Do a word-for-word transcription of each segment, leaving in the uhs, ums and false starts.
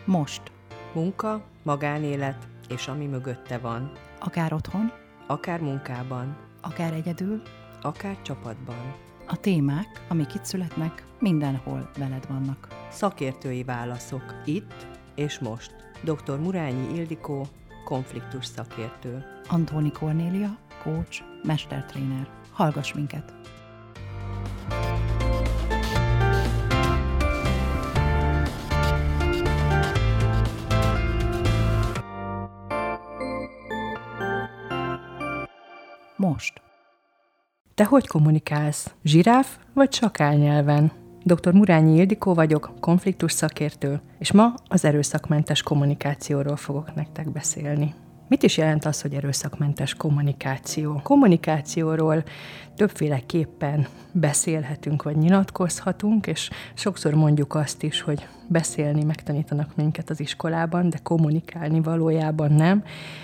Most. Munka, magánélet és ami mögötte van. Akár otthon, Akár munkában, akár egyedül, akár csapatban. a témák, amik itt születnek, mindenhol veled vannak. Szakértői válaszok itt és most. doktor Murányi Ildikó, konfliktus szakértő. Antóni Kornélia, coach, mestertréner. Hallgass minket! Most. Te hogy kommunikálsz? Zsiráf vagy sakálnyelven? doktor Murányi Ildikó vagyok, konfliktus szakértő, és ma az erőszakmentes kommunikációról fogok nektek beszélni. Mit is jelent az, hogy erőszakmentes kommunikáció? Kommunikációról többféleképpen beszélhetünk, vagy nyilatkozhatunk, és sokszor mondjuk azt is, hogy beszélni megtanítanak minket az iskolában, de kommunikálni valójában nem,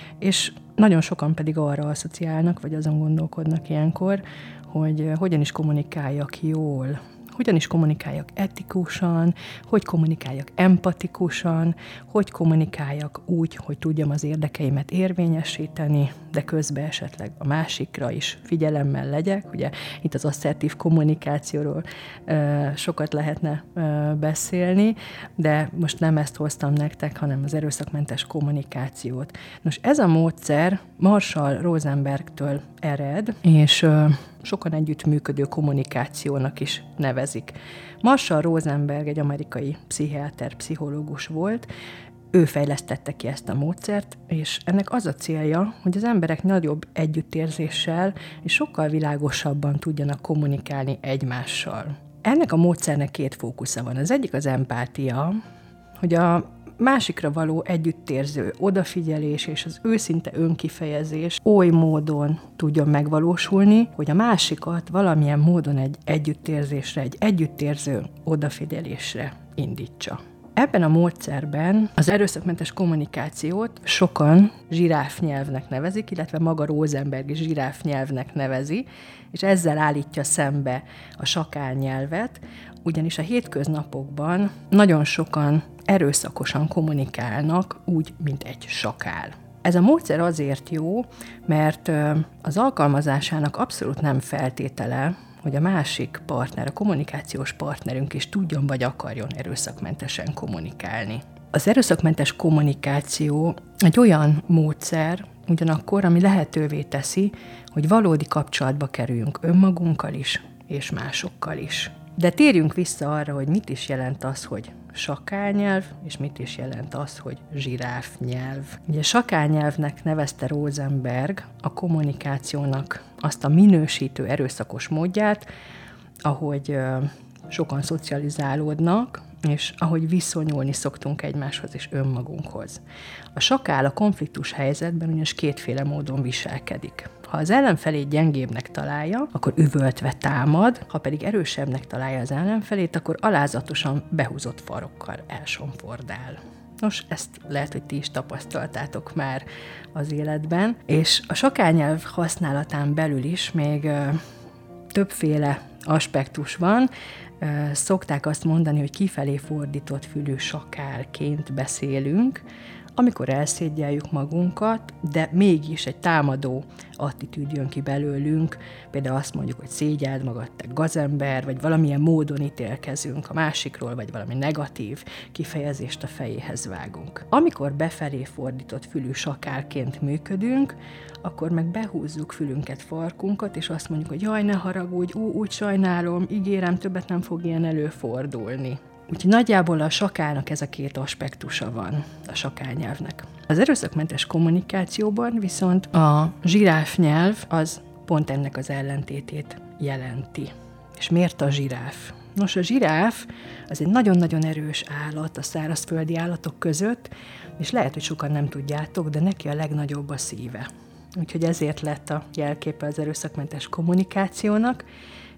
és nagyon sokan pedig arra asszociálnak, vagy azon gondolkodnak ilyenkor, hogy hogyan is kommunikáljak jól, hogyan is kommunikáljak etikusan, hogy kommunikáljak empatikusan, hogy kommunikáljak úgy, hogy tudjam az érdekeimet érvényesíteni, de közben esetleg a másikra is figyelemmel legyek. Ugye itt az asszertív kommunikációról uh, sokat lehetne uh, beszélni, de most nem ezt hoztam nektek, hanem az erőszakmentes kommunikációt. Nos, ez a módszer Marshall Rosenbergtől ered, és uh, sokan együttműködő kommunikációnak is nevezik. Marshall Rosenberg egy amerikai pszichiáter, pszichológus volt, ő fejlesztette ki ezt a módszert, és ennek az a célja, hogy az emberek nagyobb együttérzéssel és sokkal világosabban tudjanak kommunikálni egymással. Ennek a módszernek két fókusza van. Az egyik az empátia, hogy a másikra való együttérző odafigyelés és az őszinte önkifejezés oly módon tudjon megvalósulni, hogy a másikat valamilyen módon egy együttérzésre, egy együttérző odafigyelésre indítsa. Ebben a módszerben az erőszakmentes kommunikációt sokan zsiráfnyelvnek nevezik, illetve maga Rosenberg is zsiráfnyelvnek nevezi, és ezzel állítja szembe a sakálnyelvet, ugyanis a hétköznapokban nagyon sokan erőszakosan kommunikálnak úgy, mint egy sakál. Ez a módszer azért jó, mert az alkalmazásának abszolút nem feltétele, hogy a másik partner, a kommunikációs partnerünk is tudjon vagy akarjon erőszakmentesen kommunikálni. Az erőszakmentes kommunikáció egy olyan módszer, ugyanakkor, ami lehetővé teszi, hogy valódi kapcsolatba kerüljünk önmagunkkal is, és másokkal is. De térjünk vissza arra, hogy mit is jelent az, hogy sakálnyelv, és mit is jelent az, hogy zsiráfnyelv. Ugye sakálnyelvnek nevezte Rosenberg a kommunikációnak azt a minősítő erőszakos módját, ahogy sokan szocializálódnak, és ahogy viszonyulni szoktunk egymáshoz és önmagunkhoz. A sakál a konfliktus helyzetben ugyanis kétféle módon viselkedik. Ha az ellenfelét gyengébbnek találja, akkor üvöltve támad, ha pedig erősebbnek találja az ellenfelét, akkor alázatosan behúzott farokkal elsomfordál. Nos, ezt lehet, hogy ti is tapasztaltátok már az életben, és a sakálnyelv használatán belül is még ö, többféle aspektus van. Szokták azt mondani, hogy kifelé fordított fülű sakálként beszélünk, amikor elszégyelljük magunkat, de mégis egy támadó attitűd jön ki belőlünk, például azt mondjuk, hogy szégyeld magad, te gazember, vagy valamilyen módon ítélkezünk a másikról, vagy valami negatív kifejezést a fejéhez vágunk. Amikor befelé fordított fülű sakálként működünk, akkor meg behúzzuk fülünket, farkunkat, és azt mondjuk, hogy jaj, ne haragudj, ú, úgy sajnálom, ígérem, többet nem fog ilyen előfordulni. Úgyhogy nagyjából a sakálnak ez a két aspektusa van, a sakálnyelvnek. Az erőszakmentes kommunikációban viszont a zsiráfnyelv az pont ennek az ellentétét jelenti. És miért a zsiráf? Nos, a zsiráf az egy nagyon-nagyon erős állat a szárazföldi állatok között, és lehet, hogy sokan nem tudjátok, de neki a legnagyobb a szíve. Úgyhogy ezért lett a jelképe az erőszakmentes kommunikációnak,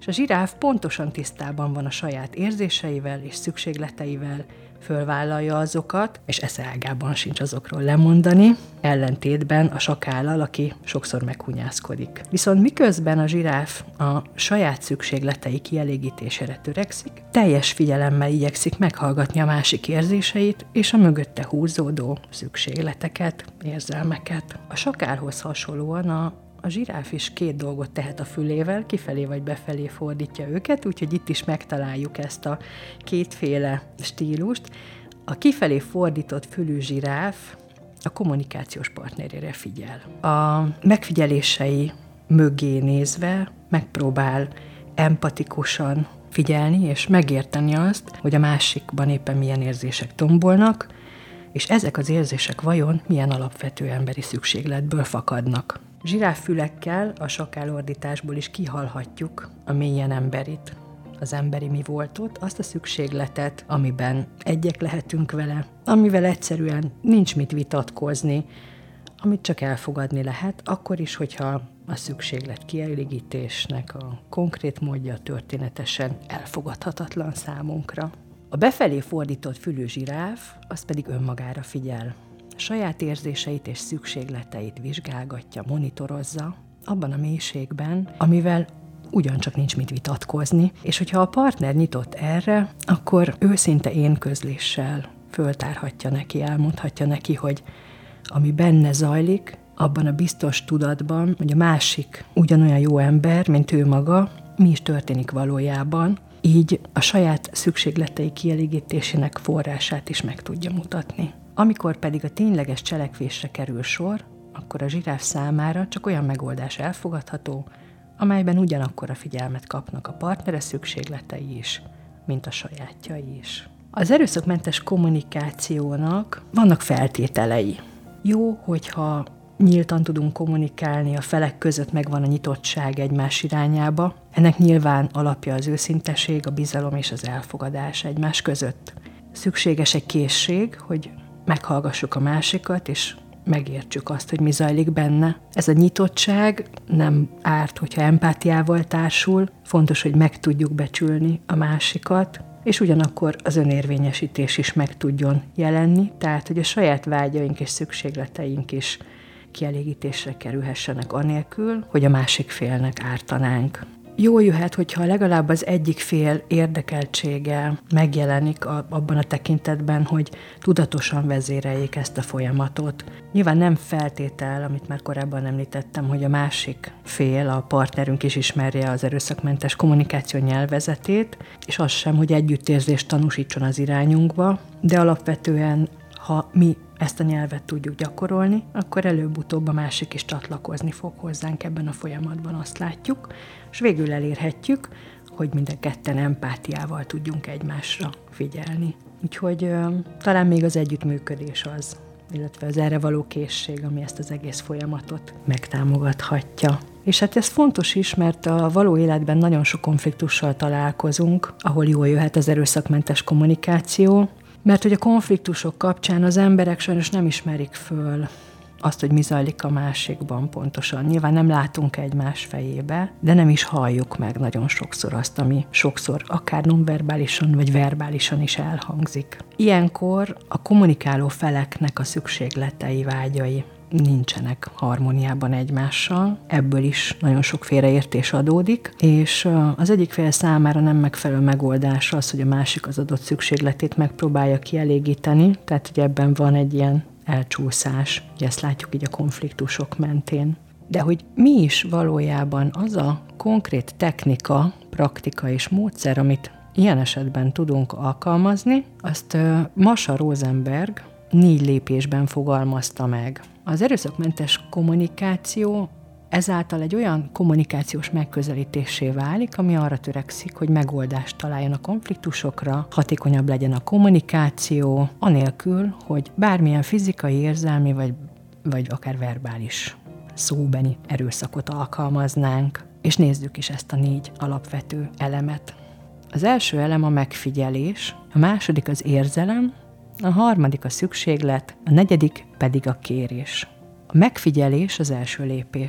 És a zsiráf pontosan tisztában van a saját érzéseivel és szükségleteivel, fölvállalja azokat, és esze ágában sincs azokról lemondani, ellentétben a sakállal, aki sokszor meghunyászkodik. Viszont miközben a zsiráf a saját szükségletei kielégítésére törekszik, teljes figyelemmel igyekszik meghallgatni a másik érzéseit és a mögötte húzódó szükségleteket, érzelmeket. A sakálhoz hasonlóan a A zsiráf is két dolgot tehet a fülével, kifelé vagy befelé fordítja őket, úgyhogy itt is megtaláljuk ezt a kétféle stílust. A kifelé fordított fülű zsiráf a kommunikációs partnerére figyel. A megfigyelései mögé nézve megpróbál empatikusan figyelni és megérteni azt, hogy a másikban éppen milyen érzések tombolnak, és ezek az érzések vajon milyen alapvető emberi szükségletből fakadnak. Zsiráffülekkel a sakálordításból is kihallhatjuk a mélyen emberit, az emberi mi voltot, azt a szükségletet, amiben egyek lehetünk vele, amivel egyszerűen nincs mit vitatkozni, amit csak elfogadni lehet, akkor is, hogyha a szükséglet kielégítésnek a konkrét módja történetesen elfogadhatatlan számunkra. A befelé fordított fülű zsiráf, az pedig önmagára figyel. Saját érzéseit és szükségleteit vizsgálgatja, monitorozza, abban a mélységben, amivel ugyancsak nincs mit vitatkozni, és hogyha a partner nyitott erre, akkor őszinte én közléssel föltárhatja neki, elmondhatja neki, hogy ami benne zajlik, abban a biztos tudatban, hogy a másik ugyanolyan jó ember, mint ő maga, mi is történik valójában, így a saját szükségletei kielégítésének forrását is meg tudja mutatni. Amikor pedig a tényleges cselekvésre kerül sor, akkor a zsiráf számára csak olyan megoldás elfogadható, amelyben ugyanakkor a figyelmet kapnak a partnere szükségletei is, mint a sajátjai is. Az erőszakmentes kommunikációnak vannak feltételei. Jó, hogyha nyíltan tudunk kommunikálni, a felek között megvan a nyitottság egymás irányába. Ennek nyilván alapja az őszinteség, a bizalom és az elfogadás egymás között. Szükséges egy készség, hogy meghallgassuk a másikat, és megértsük azt, hogy mi zajlik benne. Ez a nyitottság nem árt, hogyha empátiával társul, fontos, hogy meg tudjuk becsülni a másikat, és ugyanakkor az önérvényesítés is meg tudjon jelenni, tehát, hogy a saját vágyaink és szükségleteink is kielégítésre kerülhessenek anélkül, hogy a másik félnek ártanánk. Jó jöhet, hogyha legalább az egyik fél érdekeltsége megjelenik a, abban a tekintetben, hogy tudatosan vezéreljék ezt a folyamatot. Nyilván nem feltétel, amit már korábban említettem, hogy a másik fél, a partnerünk is ismerje az erőszakmentes kommunikáció nyelvezetét, és az sem, hogy együttérzést tanúsítson az irányunkba, de alapvetően, ha mi ezt a nyelvet tudjuk gyakorolni, akkor előbb-utóbb a másik is csatlakozni fog hozzánk ebben a folyamatban, azt látjuk, és végül elérhetjük, hogy minden ketten empátiával tudjunk egymásra figyelni. Úgyhogy ö, talán még az együttműködés az, illetve az erre való készség, ami ezt az egész folyamatot megtámogathatja. És hát ez fontos is, mert a való életben nagyon sok konfliktussal találkozunk, ahol jól jöhet az erőszakmentes kommunikáció, mert hogy a konfliktusok kapcsán az emberek sajnos nem ismerik föl azt, hogy mi zajlik a másikban pontosan. Nyilván nem látunk egymás fejébe, de nem is halljuk meg nagyon sokszor azt, ami sokszor akár nonverbálisan vagy verbálisan is elhangzik. Ilyenkor a kommunikáló feleknek a szükségletei, vágyai nincsenek harmóniában egymással, ebből is nagyon sok félreértés adódik, és az egyik fél számára nem megfelelő megoldás az, hogy a másik az adott szükségletét megpróbálja kielégíteni, tehát hogy ebben van egy ilyen elcsúszás, ugye ezt látjuk így a konfliktusok mentén. De hogy mi is valójában az a konkrét technika, praktika és módszer, amit ilyen esetben tudunk alkalmazni, azt Masha Rosenberg négy lépésben fogalmazta meg. Az erőszakmentes kommunikáció ezáltal egy olyan kommunikációs megközelítésé válik, ami arra törekszik, hogy megoldást találjon a konfliktusokra, hatékonyabb legyen a kommunikáció, anélkül, hogy bármilyen fizikai, érzelmi vagy, vagy akár verbális szóbeni erőszakot alkalmaznánk. És nézzük is ezt a négy alapvető elemet. Az első elem a megfigyelés, a második az érzelem, a harmadik a szükséglet, a negyedik pedig a kérés. A megfigyelés az első lépés.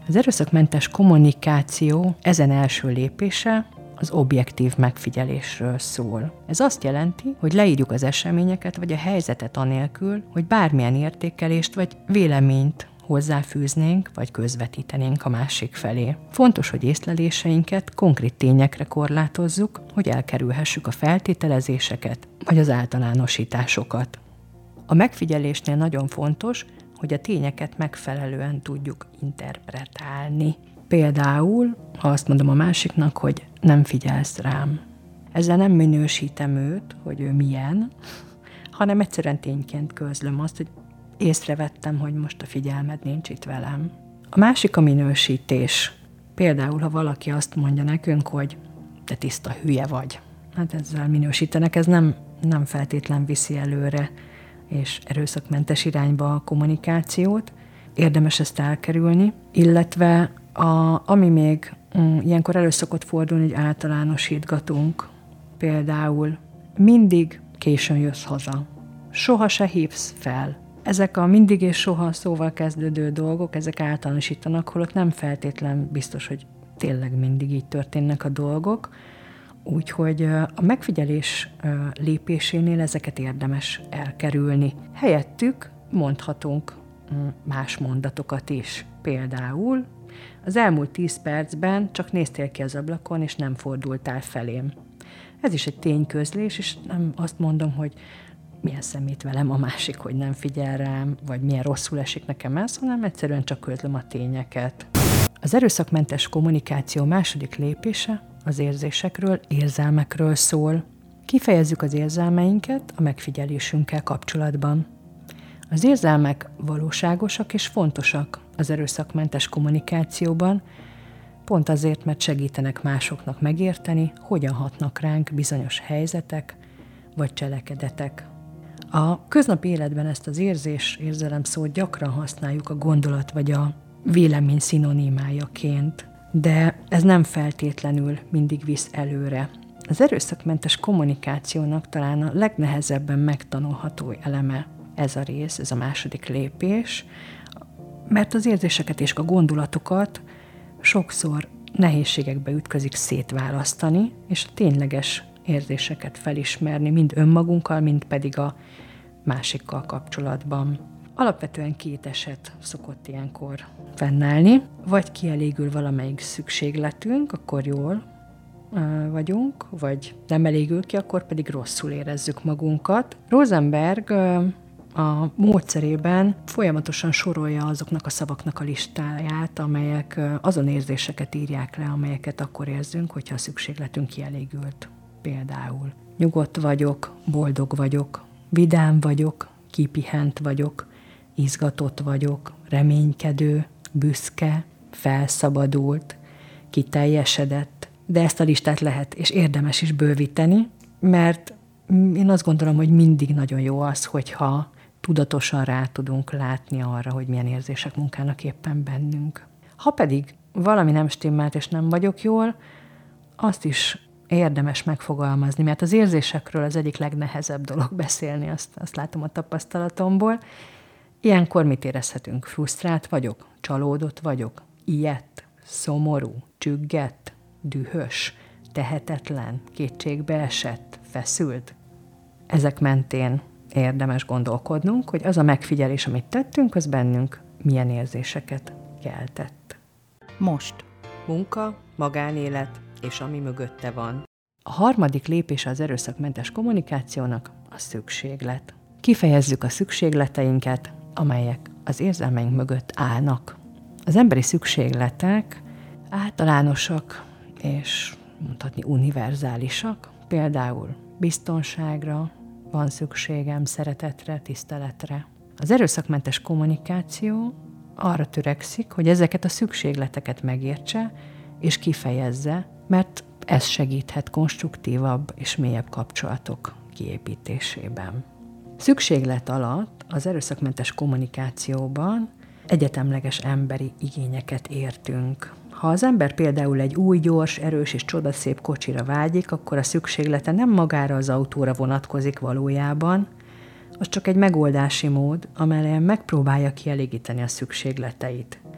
Az erőszakmentes kommunikáció ezen első lépése az objektív megfigyelésről szól. Ez azt jelenti, hogy leírjuk az eseményeket vagy a helyzetet anélkül, hogy bármilyen értékelést vagy véleményt hozzáfűznénk, vagy közvetítenénk a másik felé. Fontos, hogy észleléseinket konkrét tényekre korlátozzuk, hogy elkerülhessük a feltételezéseket, vagy az általánosításokat. A megfigyelésnél nagyon fontos, hogy a tényeket megfelelően tudjuk interpretálni. Például, ha azt mondom a másiknak, hogy nem figyelsz rám. Ezzel nem minősítem őt, hogy ő milyen, hanem egyszerűen tényként közlöm azt, hogy észrevettem, hogy most a figyelmed nincs itt velem. A másik a minősítés. Például, ha valaki azt mondja nekünk, hogy te tiszta hülye vagy. Hát ezzel minősítenek, ez nem, nem feltétlen viszi előre és erőszakmentes irányba a kommunikációt. Érdemes ezt elkerülni, illetve a, ami még um, ilyenkor elő szokott fordulni, hogy általánosítgatunk. Például mindig későn jössz haza. Soha se hívsz fel. Ezek a mindig és soha szóval kezdődő dolgok, ezek általánosítanak, holott nem feltétlen biztos, hogy tényleg mindig így történnek a dolgok. Úgyhogy a megfigyelés lépésénél ezeket érdemes elkerülni. Helyettük mondhatunk más mondatokat is. Például az elmúlt tíz percben csak néztél ki az ablakon, és nem fordultál felém. Ez is egy tényközlés, és nem azt mondom, hogy milyen szemét velem a másik, hogy nem figyel rám, vagy milyen rosszul esik nekem ez, hanem egyszerűen csak közlöm a tényeket. Az erőszakmentes kommunikáció második lépése az érzésekről, érzelmekről szól. Kifejezzük az érzelmeinket a megfigyelésünkkel kapcsolatban. Az érzelmek valóságosak és fontosak az erőszakmentes kommunikációban, pont azért, mert segítenek másoknak megérteni, hogyan hatnak ránk bizonyos helyzetek vagy cselekedetek. A köznapi életben ezt az érzés, érzelem szót gyakran használjuk a gondolat vagy a vélemény szinonimájaként, de ez nem feltétlenül mindig visz előre. Az erőszakmentes kommunikációnak talán a legnehezebben megtanulható eleme ez a rész, ez a második lépés, mert az érzéseket és a gondolatokat sokszor nehézségekbe ütközik szétválasztani, és a tényleges érzéseket felismerni, mind önmagunkkal, mind pedig a másikkal kapcsolatban. Alapvetően két eset szokott ilyenkor fennállni, vagy kielégül valamelyik szükségletünk, akkor jól uh, vagyunk, vagy nem elégül ki, akkor pedig rosszul érezzük magunkat. Rosenberg uh, a módszerében folyamatosan sorolja azoknak a szavaknak a listáját, amelyek uh, azon érzéseket írják le, amelyeket akkor érzünk, hogyha a szükségletünk kielégült. Például nyugodt vagyok, boldog vagyok, vidám vagyok, kipihent vagyok, izgatott vagyok, reménykedő, büszke, felszabadult, kiteljesedett. De ezt a listát lehet és érdemes is bővíteni, mert én azt gondolom, hogy mindig nagyon jó az, hogyha tudatosan rá tudunk látni arra, hogy milyen érzések munkálnak éppen bennünk. Ha pedig valami nem stimmelt és nem vagyok jól, azt is érdemes megfogalmazni, mert az érzésekről az egyik legnehezebb dolog beszélni, azt, azt látom a tapasztalatomból. Ilyenkor mit érezhetünk? Frusztrált vagyok, csalódott vagyok, ijedt, szomorú, csüggett, dühös, tehetetlen, kétségbeesett, feszült. Ezek mentén érdemes gondolkodnunk, hogy az a megfigyelés, amit tettünk, az bennünk milyen érzéseket keltett. Most. Munka, magánélet és ami mögötte van. A harmadik lépése az erőszakmentes kommunikációnak a szükséglet. Kifejezzük a szükségleteinket, amelyek az érzelmeink mögött állnak. Az emberi szükségletek általánosak és mondhatni univerzálisak, például biztonságra van szükségem, szeretetre, tiszteletre. Az erőszakmentes kommunikáció arra törekszik, hogy ezeket a szükségleteket megértse és kifejezze, mert ez segíthet konstruktívabb és mélyebb kapcsolatok kiépítésében. Szükséglet alatt az erőszakmentes kommunikációban egyetemleges emberi igényeket értünk. Ha az ember például egy új, gyors, erős és csodaszép kocsira vágyik, akkor a szükséglete nem magára az autóra vonatkozik valójában, az csak egy megoldási mód, amelyen megpróbálja kielégíteni a szükségleteit.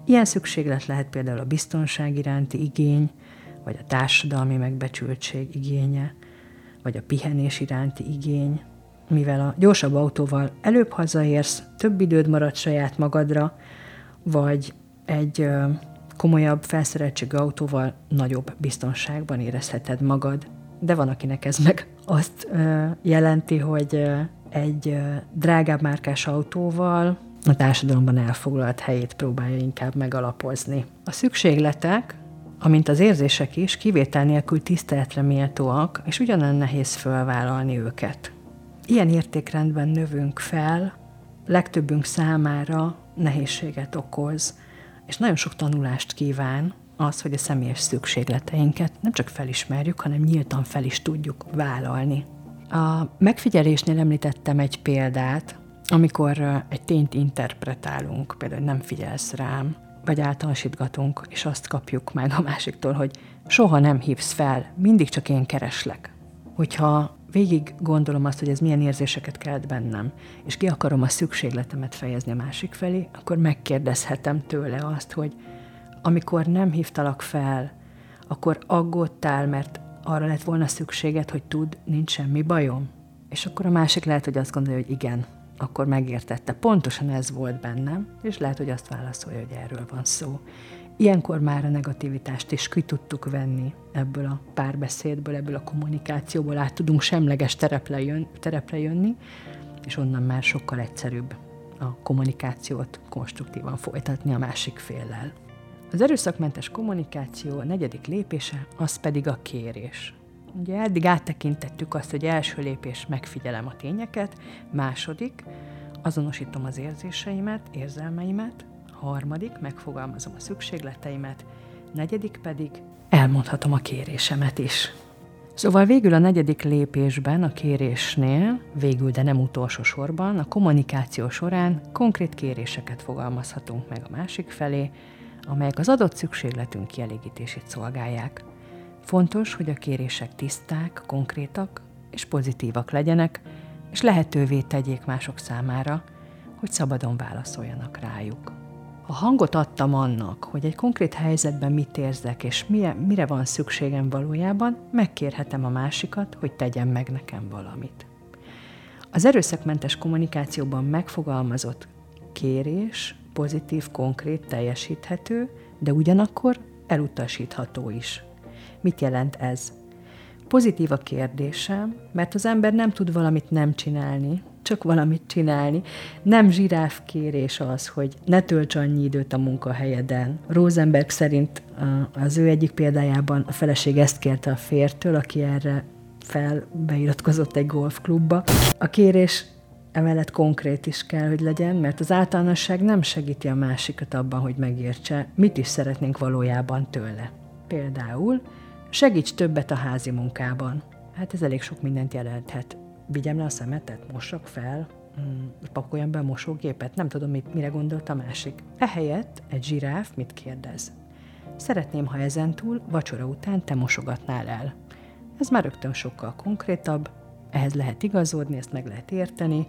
Ilyen szükséglet lehet például a biztonság iránti igény, vagy a társadalmi megbecsültség igénye, vagy a pihenés iránti igény, mivel a gyorsabb autóval előbb hazaérsz, több időd marad saját magadra, vagy egy ö, komolyabb felszereltségű autóval nagyobb biztonságban érezheted magad. De van, akinek ez meg azt ö, jelenti, hogy ö, egy ö, drágább márkás autóval a társadalomban elfoglalt helyét próbálja inkább megalapozni. A szükségletek, amint az érzések is, kivétel nélkül tiszteletre méltóak, és ugyanolyan nehéz fölvállalni őket. Ilyen értékrendben növünk fel, legtöbbünk számára nehézséget okoz, és nagyon sok tanulást kíván az, hogy a személyes szükségleteinket nem csak felismerjük, hanem nyíltan fel is tudjuk vállalni. A megfigyelésnél említettem egy példát, amikor egy tényt interpretálunk, például nem figyelsz rám, vagy általánosítgatunk, és azt kapjuk meg a másiktól, hogy soha nem hívsz fel, mindig csak én kereslek. Hogyha végig gondolom azt, hogy ez milyen érzéseket kelt bennem, és ki akarom a szükségletemet fejezni a másik felé, akkor megkérdezhetem tőle azt, hogy amikor nem hívtalak fel, akkor aggódtál, mert arra lett volna szükséged, hogy tud, nincs semmi bajom. És akkor a másik lehet, hogy azt gondolja, hogy igen, akkor megértette. Pontosan ez volt bennem, és lehet, hogy azt válaszolja, hogy erről van szó. Ilyenkor már a negativitást is ki tudtuk venni ebből a párbeszédből, ebből a kommunikációból, át tudunk semleges terepre, jön, terepre jönni, és onnan már sokkal egyszerűbb a kommunikációt konstruktívan folytatni a másik féllel. Az erőszakmentes kommunikáció negyedik lépése, az pedig a kérés. Ugye eddig áttekintettük azt, hogy első lépés megfigyelem a tényeket, második, azonosítom az érzéseimet, érzelmeimet, harmadik, megfogalmazom a szükségleteimet, negyedik pedig elmondhatom a kérésemet is. Szóval végül a negyedik lépésben, a kérésnél, végül, de nem utolsó sorban, a kommunikáció során konkrét kéréseket fogalmazhatunk meg a másik felé, amelyek az adott szükségletünk kielégítését szolgálják. Fontos, hogy a kérések tiszták, konkrétak és pozitívak legyenek, és lehetővé tegyék mások számára, hogy szabadon válaszoljanak rájuk. Ha hangot adtam annak, hogy egy konkrét helyzetben mit érzek, és mire, mire van szükségem valójában, megkérhetem a másikat, hogy tegyen meg nekem valamit. Az erőszakmentes kommunikációban megfogalmazott kérés pozitív, konkrét, teljesíthető, de ugyanakkor elutasítható is. Mit jelent ez? Pozitív a kérdésem, mert az ember nem tud valamit nem csinálni, csak valamit csinálni. Nem zsiráf kérés az, hogy ne tölts annyi időt a munkahelyeden. Rosenberg szerint az ő egyik példájában a feleség ezt kérte a férjtől, aki erre felbeiratkozott egy golfklubba. A kérés emellett konkrét is kell, hogy legyen, mert az általánosság nem segíti a másikat abban, hogy megértse, mit is szeretnénk valójában tőle. Például segíts többet a házi munkában. Hát ez elég sok mindent jelenthet. Vigyem le a szemetet, mossak fel, hmm, pakoljam be a mosógépet, nem tudom, mit, mire gondolt a másik. Ehelyett egy zsiráf mit kérdez? Szeretném, ha ezentúl vacsora után te mosogatnál el. Ez már rögtön sokkal konkrétabb, ehhez lehet igazodni, ezt meg lehet érteni,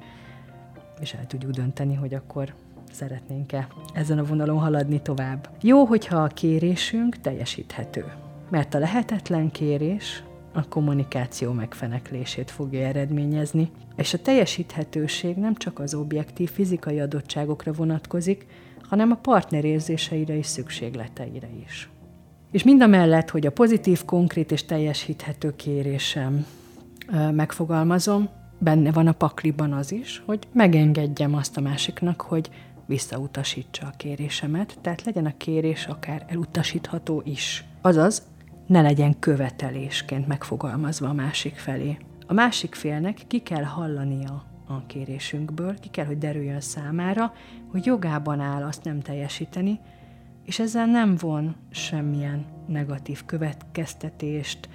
és el tudjuk dönteni, hogy akkor szeretnénk-e ezen a vonalon haladni tovább. Jó, hogyha a kérésünk teljesíthető, mert a lehetetlen kérés a kommunikáció megfeneklését fogja eredményezni, és a teljesíthetőség nem csak az objektív fizikai adottságokra vonatkozik, hanem a partner érzéseire és szükségleteire is. És mindamellett, hogy a pozitív, konkrét és teljesíthető kérésem megfogalmazom, benne van a pakliban az is, hogy megengedjem azt a másiknak, hogy visszautasítsa a kérésemet, tehát legyen a kérés akár elutasítható is. Azaz, ne legyen követelésként megfogalmazva a másik felé. A másik félnek ki kell hallania a kérésünkből, ki kell, hogy derüljön számára, hogy jogában áll azt nem teljesíteni, és ezzel nem von semmilyen negatív következtetést,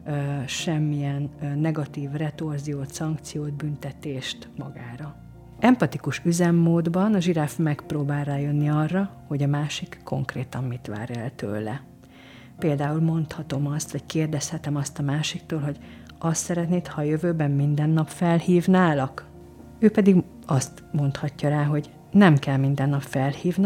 semmilyen negatív retorziót, szankciót, büntetést magára. Empatikus üzemmódban a zsiráf megpróbál rájönni arra, hogy a másik konkrétan mit vár el tőle. Például mondhatom azt, vagy kérdezhetem azt a másiktól, hogy azt szeretnéd, ha a jövőben minden nap felhívnálak? Ő pedig azt mondhatja rá, hogy nem kell minden nap felhívnod,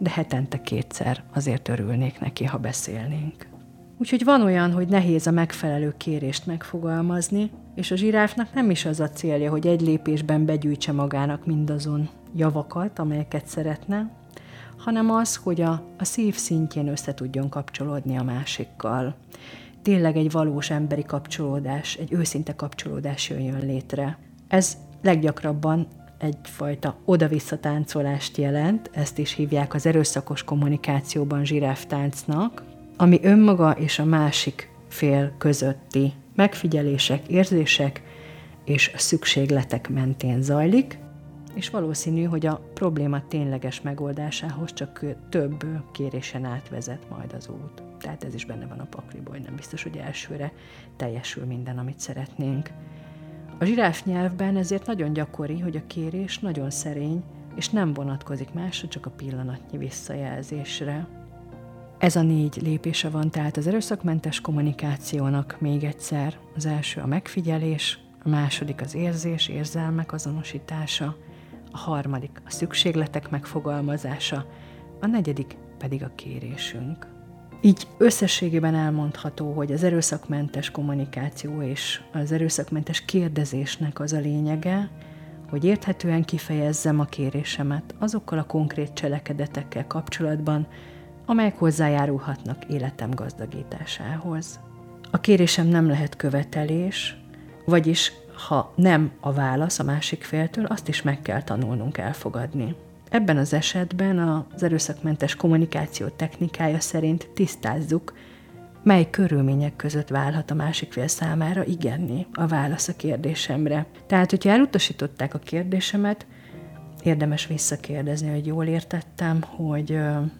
de hetente kétszer azért örülnék neki, ha beszélnénk. Úgyhogy van olyan, hogy nehéz a megfelelő kérést megfogalmazni, és a zsiráfnak nem is az a célja, hogy egy lépésben begyűjtse magának mindazon javakat, amelyeket szeretne, hanem az, hogy a, a szív szintjén össze tudjon kapcsolódni a másikkal. Tényleg egy valós emberi kapcsolódás, egy őszinte kapcsolódás jöjjön létre. Ez leggyakrabban egyfajta oda-vissza táncolást jelent, ezt is hívják az erőszakos kommunikációban zsiráftáncnak, ami önmaga és a másik fél közötti megfigyelések, érzések és szükségletek mentén zajlik, és valószínű, hogy a probléma tényleges megoldásához csak több kérésen átvezet majd az út. Tehát ez is benne van a pakliból, hogy nem biztos, hogy elsőre teljesül minden, amit szeretnénk. A zsiráf nyelvben ezért nagyon gyakori, hogy a kérés nagyon szerény, és nem vonatkozik másra, csak a pillanatnyi visszajelzésre. Ez a négy lépése van tehát az erőszakmentes kommunikációnak még egyszer. Az első a megfigyelés, a második az érzés, érzelmek azonosítása, a harmadik a szükségletek megfogalmazása, a negyedik pedig a kérésünk. Így összességében elmondható, hogy az erőszakmentes kommunikáció és az erőszakmentes kérdezésnek az a lényege, hogy érthetően kifejezzem a kérésemet azokkal a konkrét cselekedetekkel kapcsolatban, amelyek hozzájárulhatnak életem gazdagításához. A kérésem nem lehet követelés, vagyis ha nem a válasz a másik féltől, azt is meg kell tanulnunk elfogadni. Ebben az esetben az erőszakmentes kommunikáció technikája szerint tisztázzuk, mely körülmények között válhat a másik fél számára igenni a válasz a kérdésemre. Tehát, hogyha elutasították a kérdésemet, érdemes visszakérdezni, hogy jól értettem, hogy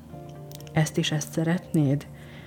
ezt is ezt szeretnéd?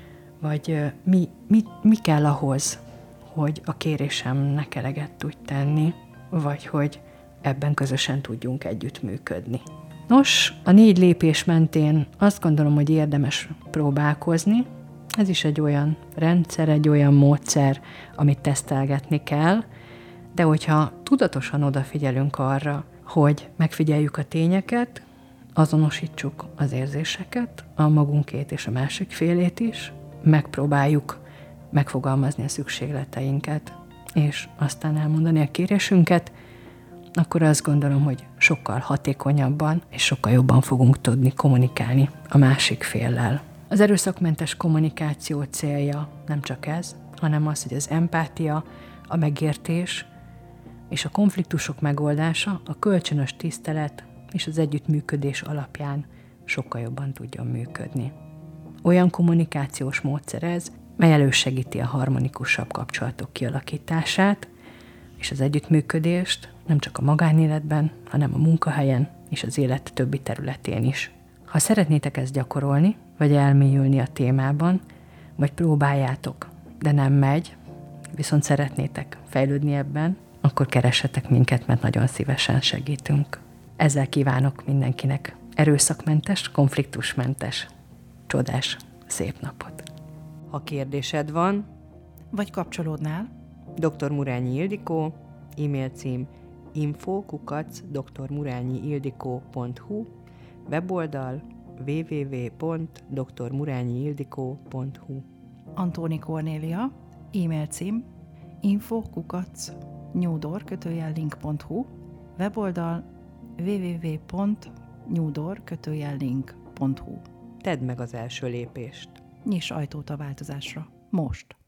Vagy mi, mi, mi kell ahhoz, hogy a kérésemnek eleget tudj tenni, vagy hogy ebben közösen tudjunk együttműködni. Nos, a négy lépés mentén azt gondolom, hogy érdemes próbálkozni. Ez is egy olyan rendszer, egy olyan módszer, amit tesztelgetni kell, de hogyha tudatosan odafigyelünk arra, hogy megfigyeljük a tényeket, azonosítsuk az érzéseket, a magunkét és a másik félét is, megpróbáljuk megfogalmazni a szükségleteinket, és aztán elmondani a kérésünket, akkor azt gondolom, hogy sokkal hatékonyabban és sokkal jobban fogunk tudni kommunikálni a másik féllel. Az erőszakmentes kommunikáció célja nem csak ez, hanem az, hogy az empátia, a megértés és a konfliktusok megoldása, a kölcsönös tisztelet és az együttműködés alapján sokkal jobban tudjon működni. Olyan kommunikációs módszer ez, mely elősegíti a harmonikusabb kapcsolatok kialakítását és az együttműködést nem csak a magánéletben, hanem a munkahelyen és az élet többi területén is. Ha szeretnétek ezt gyakorolni, vagy elmélyülni a témában, vagy próbáljátok, de nem megy, viszont szeretnétek fejlődni ebben, akkor keressetek minket, mert nagyon szívesen segítünk. Ezzel kívánok mindenkinek erőszakmentes, konfliktusmentes, csodás, szép napot. Ha kérdésed van, vagy kapcsolódnál, doktor Murányi Ildikó, e-mail cím info kukac dr murányi ildikó pont hu, weboldal double-u double-u double-u pont dr murányi ildikó pont hu. Antóni Kornélia, e-mail cím info kukac nyúdor kötőjel link pont hu, weboldal double-u double-u double-u pont nyúdor kötőjel link pont hu. Tedd meg az első lépést. Nyiss ajtót a változásra. Most!